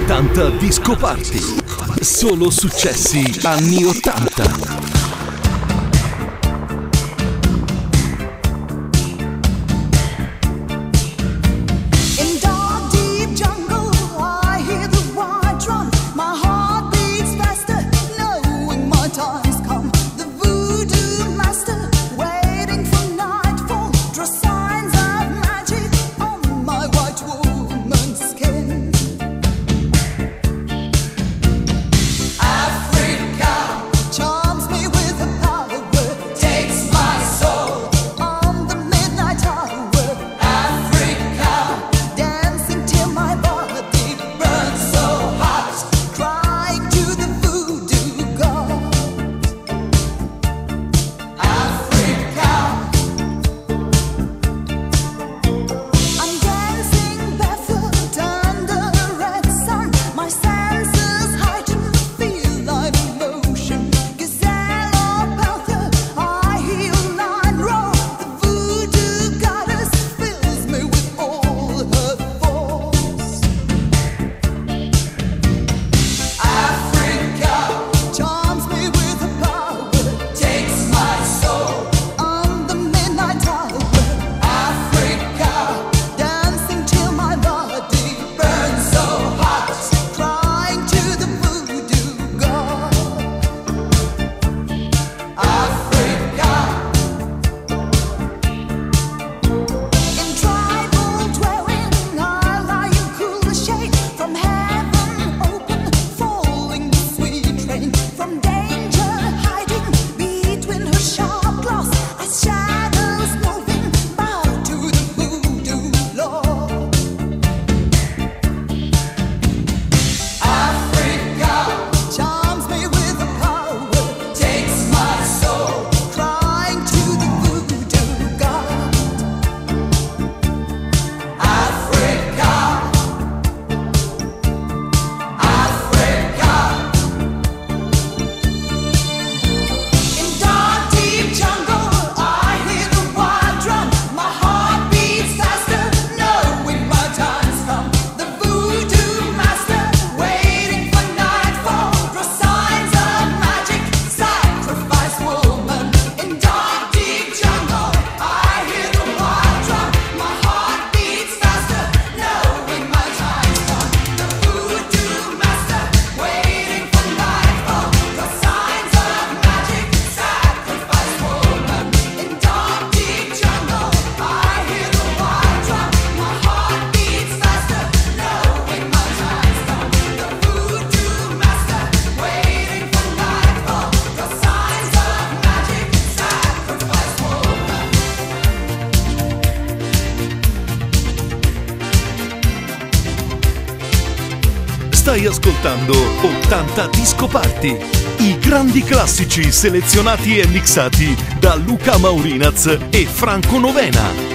80 Disco Party. Solo successi anni 80. Stai ascoltando 80 Disco Party, i grandi classici selezionati e mixati da Luca Maurinaz e Franco Novena.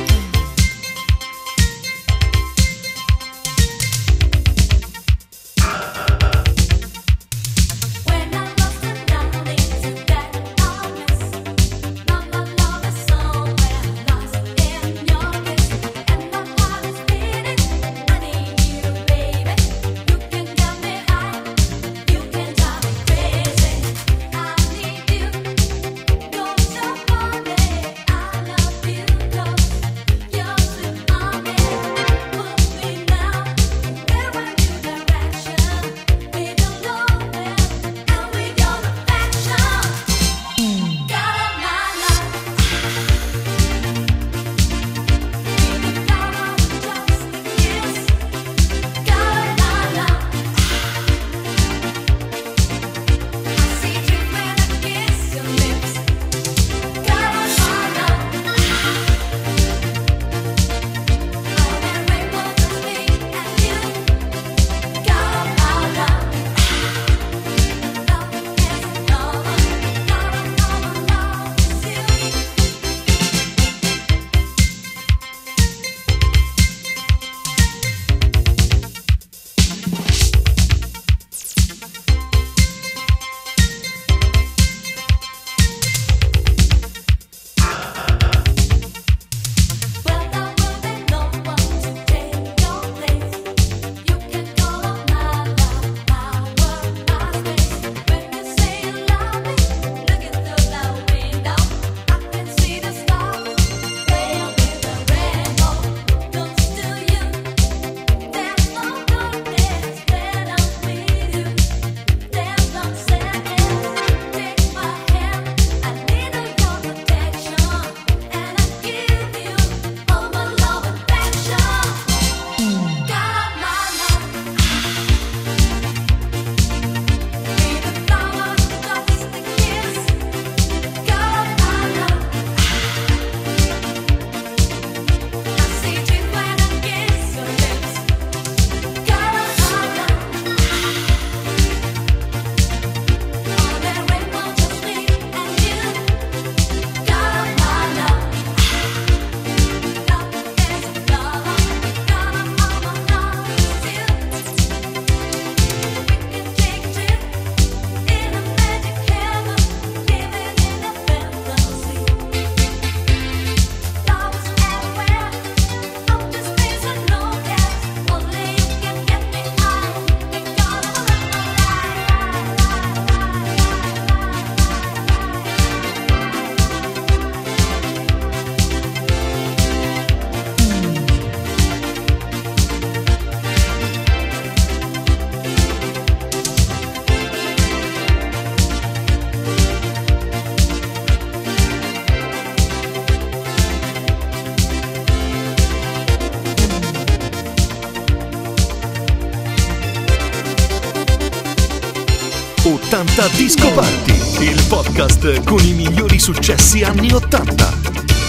80 Disco Party, il podcast con i migliori successi anni 80.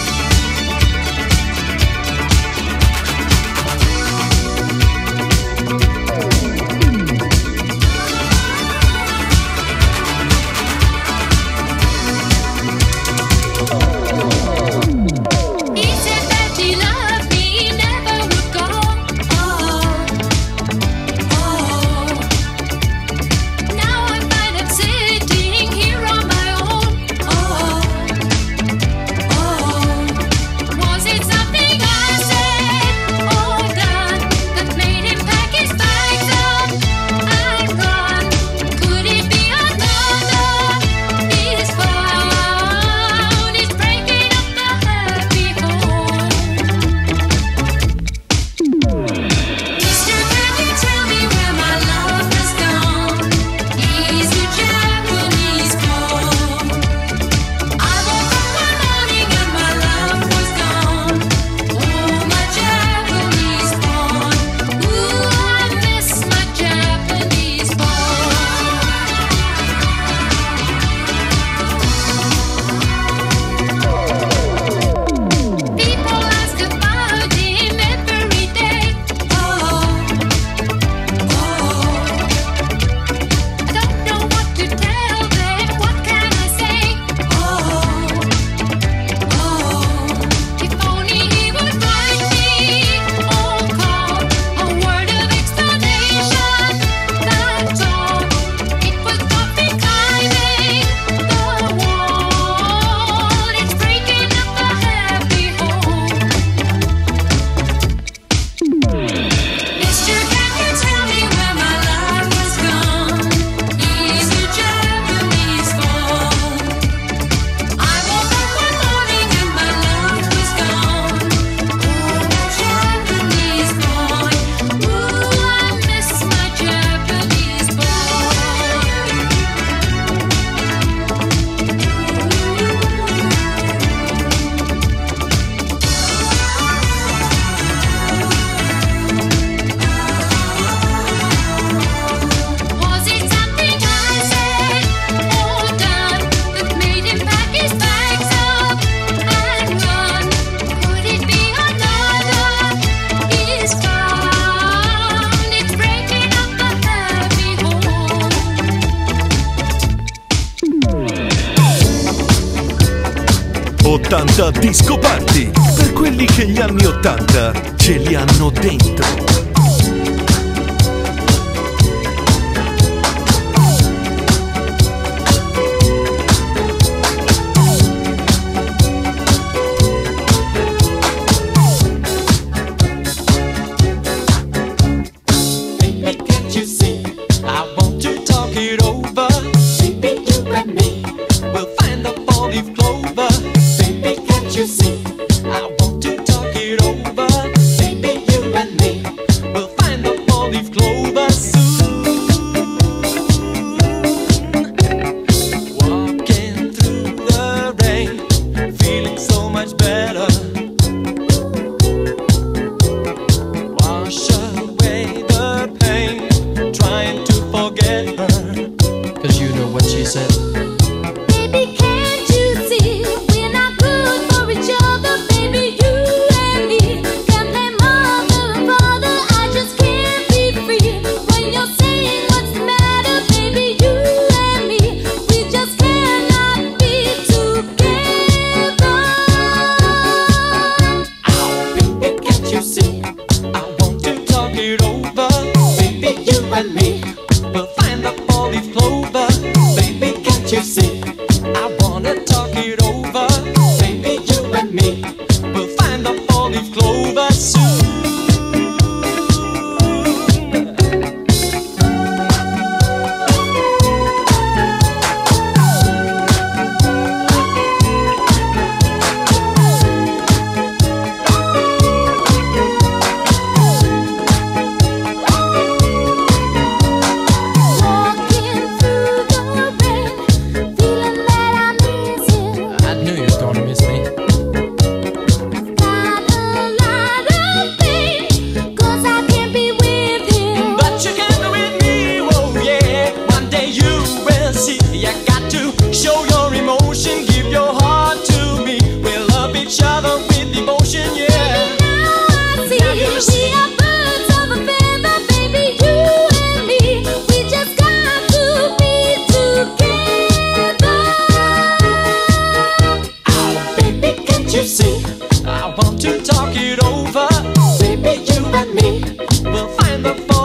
Disco Party, per quelli che gli anni 80 ce li hanno dentro.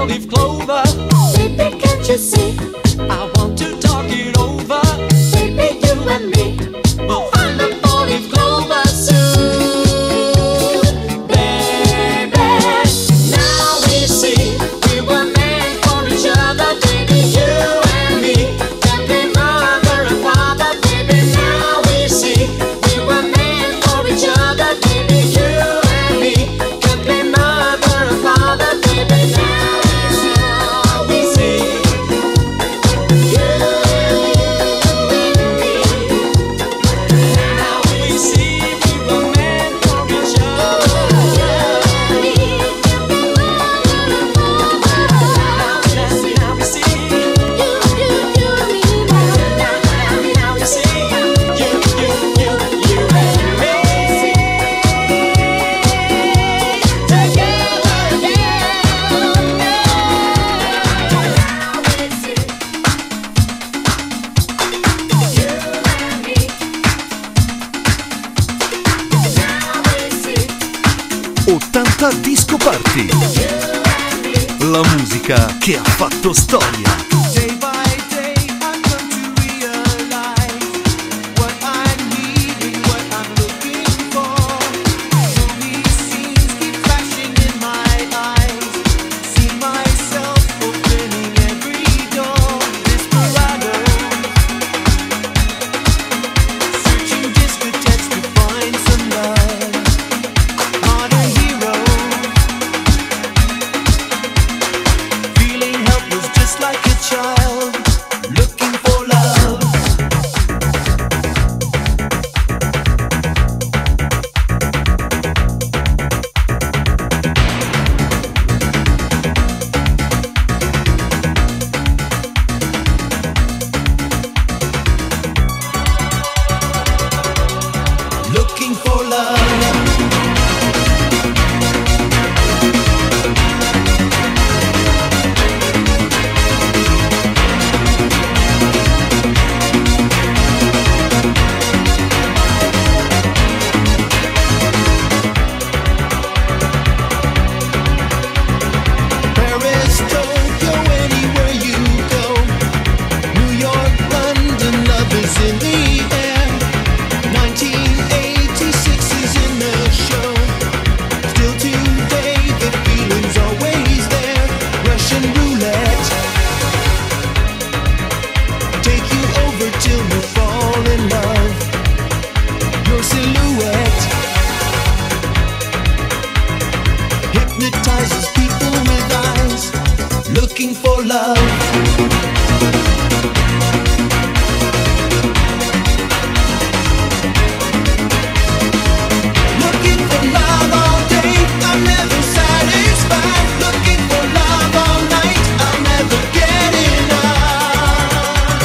four-leaf clover. Baby, can't you see? I want to talk it over. Baby, you and me We'll find the four-leaf clover soon. Baby, now we see we were meant for each other. Baby, you and me can be mother and father. Baby, now we see we were meant for each other. Baby, you and me can be mother and father. Baby, now we see you and me. now we see we were meant for each other. You and me can be mother and father. Now we see You and me now. now we see you and me together again. Ottanta Disco Party. La musica che ha fatto storia. Day by day, I come to realize what I need and what I'm looking for. Movie scenes keep flashing in my eyes. See myself opening every door. Desperado, searching discotheques to find some love. Not a hero, feeling helpless just like a child, looking for love. Looking for love. Paris, Tokyo, anywhere you go. New York, London, love is in the air. 1986 is in the show. Still today, the feeling's always there. Russian roulette, take you over till you fall in love. Your silhouette hypnotizes people with eyes looking for love. Looking for love all day, I'm never satisfied. Looking for love all night, I'll never get enough.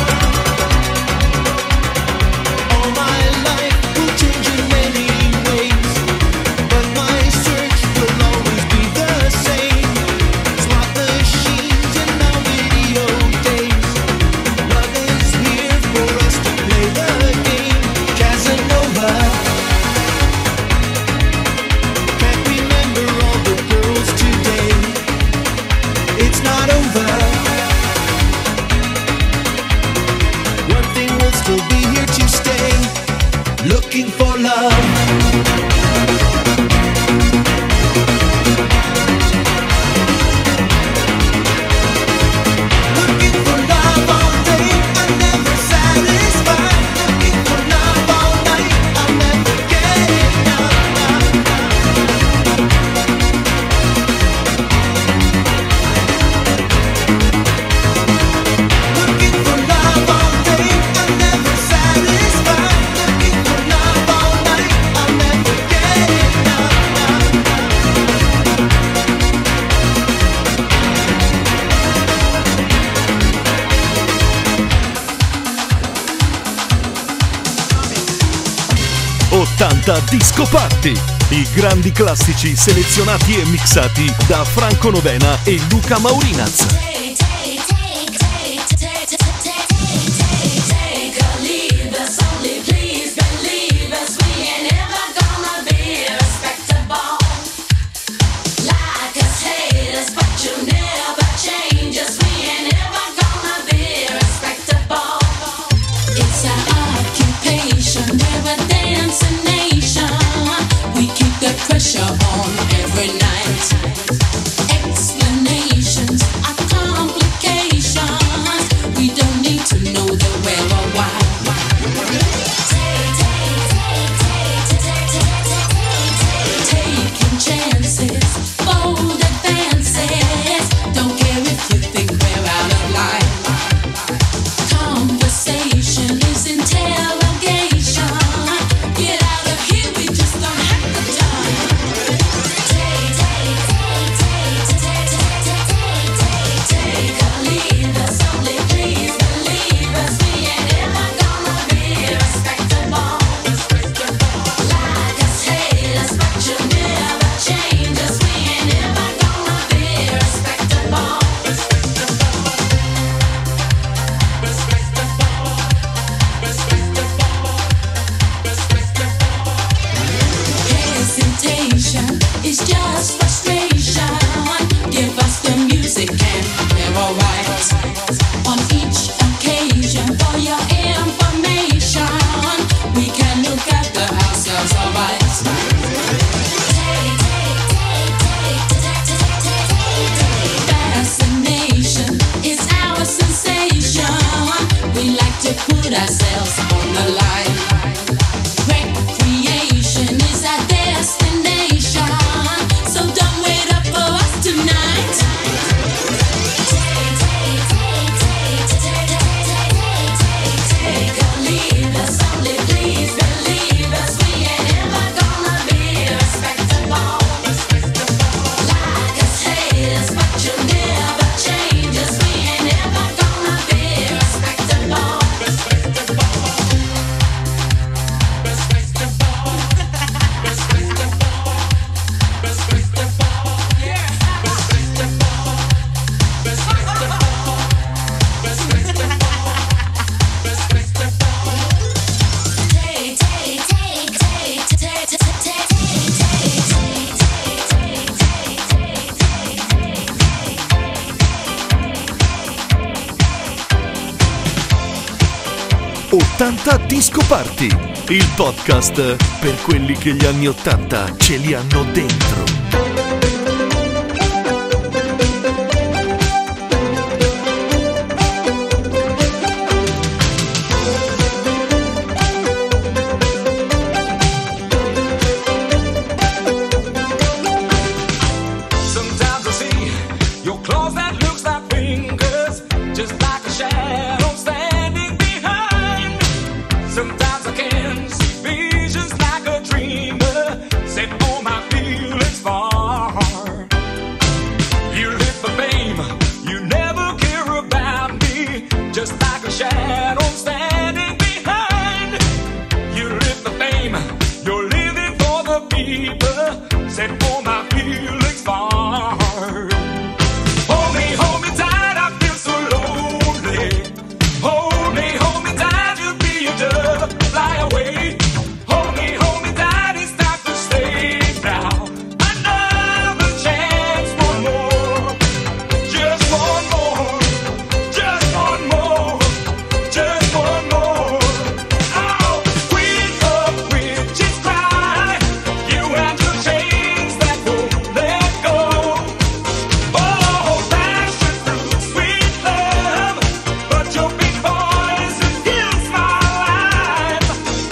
All my life will change in many ways, but my search will always be the same. Slot machines and now video days. Love is here for us to play the game. Casanova. Can't remember all the girls today. It's not over. One thing will still be here to stay. Looking for love. Looking for love all day, I'm never satisfied. Looking for love all night, I'll never get enough. Looking for love all day, I'm never satisfied. Looking for love all night, I'll never get enough. 80 Disco Party. I grandi classici selezionati e mixati da Franco Novena e Luca Maurinaz. Like us haters, but you never alright. On each occasion, for your information, we can look after ourselves alright. Fascination is our sensation. We like to put ourselves on the line. Recreation is our destination. So don't wait up for us tonight. Take or leave us, only please believe us. We ain't ever gonna be respectable. Like us, hate us, but you'll never change us. We ain't ever gonna be respectable. Ottanta Disco Party, il podcast per quelli che gli anni 80 ce li hanno dentro. Sometimes I see your clothes that looks like fingers, just like a shadow standing behind. Sometimes I can see visions like a dreamer, set all my feelings far. You live for fame, you never care about me, just like a shadow standing behind. You live for fame, you're living for the people, set all my feelings far. Hold me tight, I feel so lonely. Hold me tight, you'll be a dove, fly away. Hold me tight, it's time to stay now. Another chance, one more. Just one more. Just one more. Just one more. Oh, we just cry. You and your chains that won't let go. Oh, passion fruit, sweet love, but your big poison kills my life.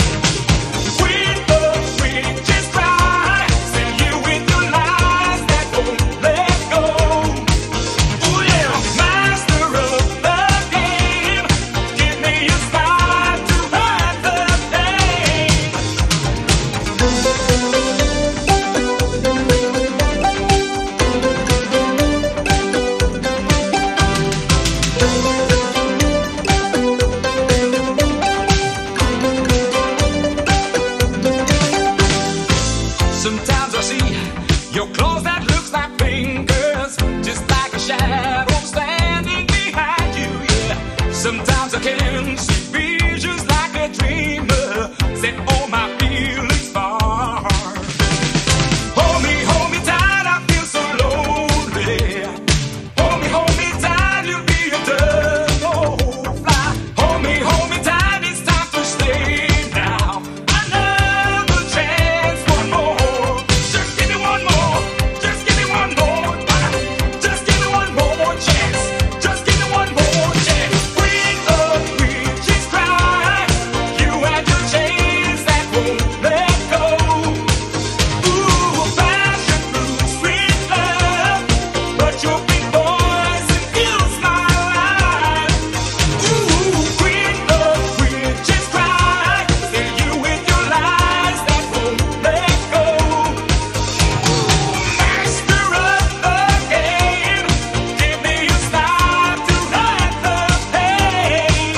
We just cry, send you with your lies that won't let go. Oh yeah, master of the game, give me a smile to hide the pain. Sometimes I see your clothes that looks like fingers, just like a shadow standing behind you, yeah. Sometimes I can see visions like a dreamer, set all my feelings far. Hold me tight, I feel so lonely. Hold me tight, you'll be a dove, oh, fly. Hold me tight, it's time to stay now. Another chance, one more. Just give me one more. Just give me one more. Just give me one more chance. Just give me one more chance. We just cry. You and your chains that won't let go. Ooh, passion fruit, sweet love, but your big poison kills my life. Ooh, we just cry. Say you with your lies that won't let go. Master of the game, give me a smile to hide the pain.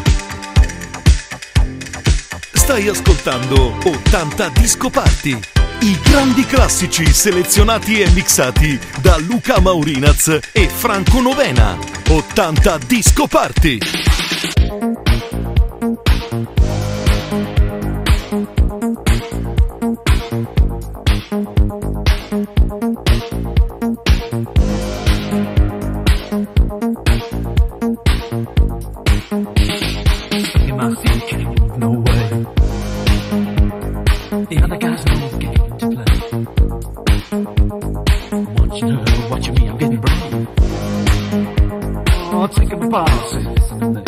Stai ascoltando 80 Disco Party, I grandi classici selezionati e mixati da Luca Maurinaz e Franco Novena. 80 Disco Party. In my feet can't move no way. The other guys know the game to play. Watching her, watching me, I'm getting brave. Oh, taking my boss, listen to me.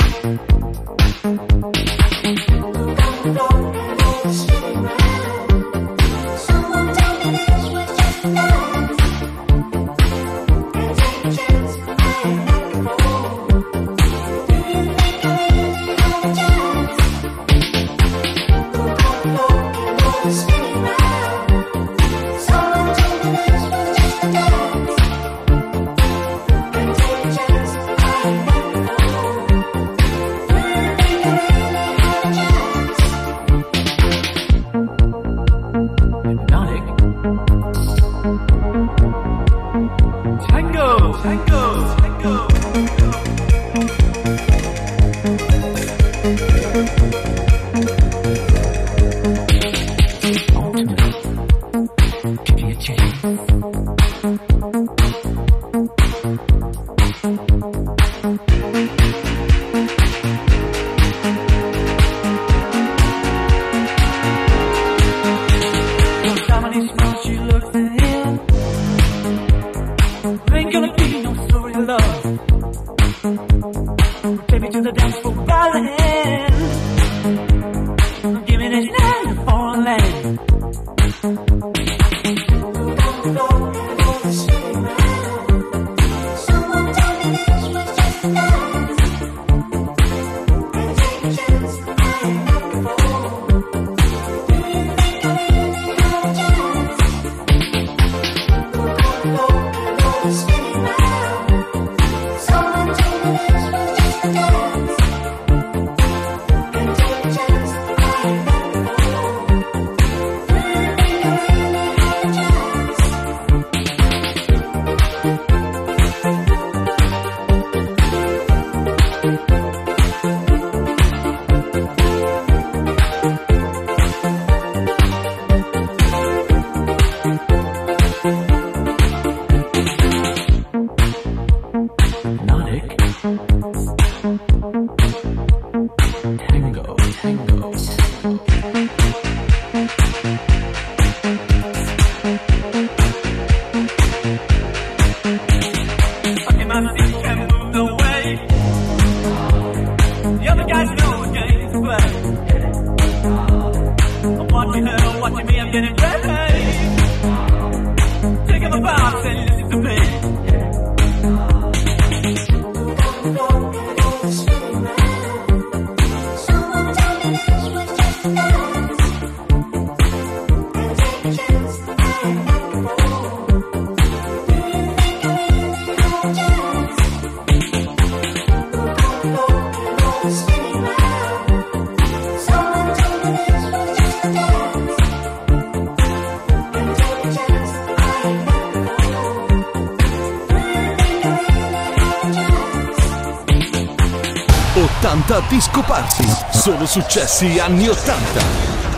Disco Party, solo successi anni 80.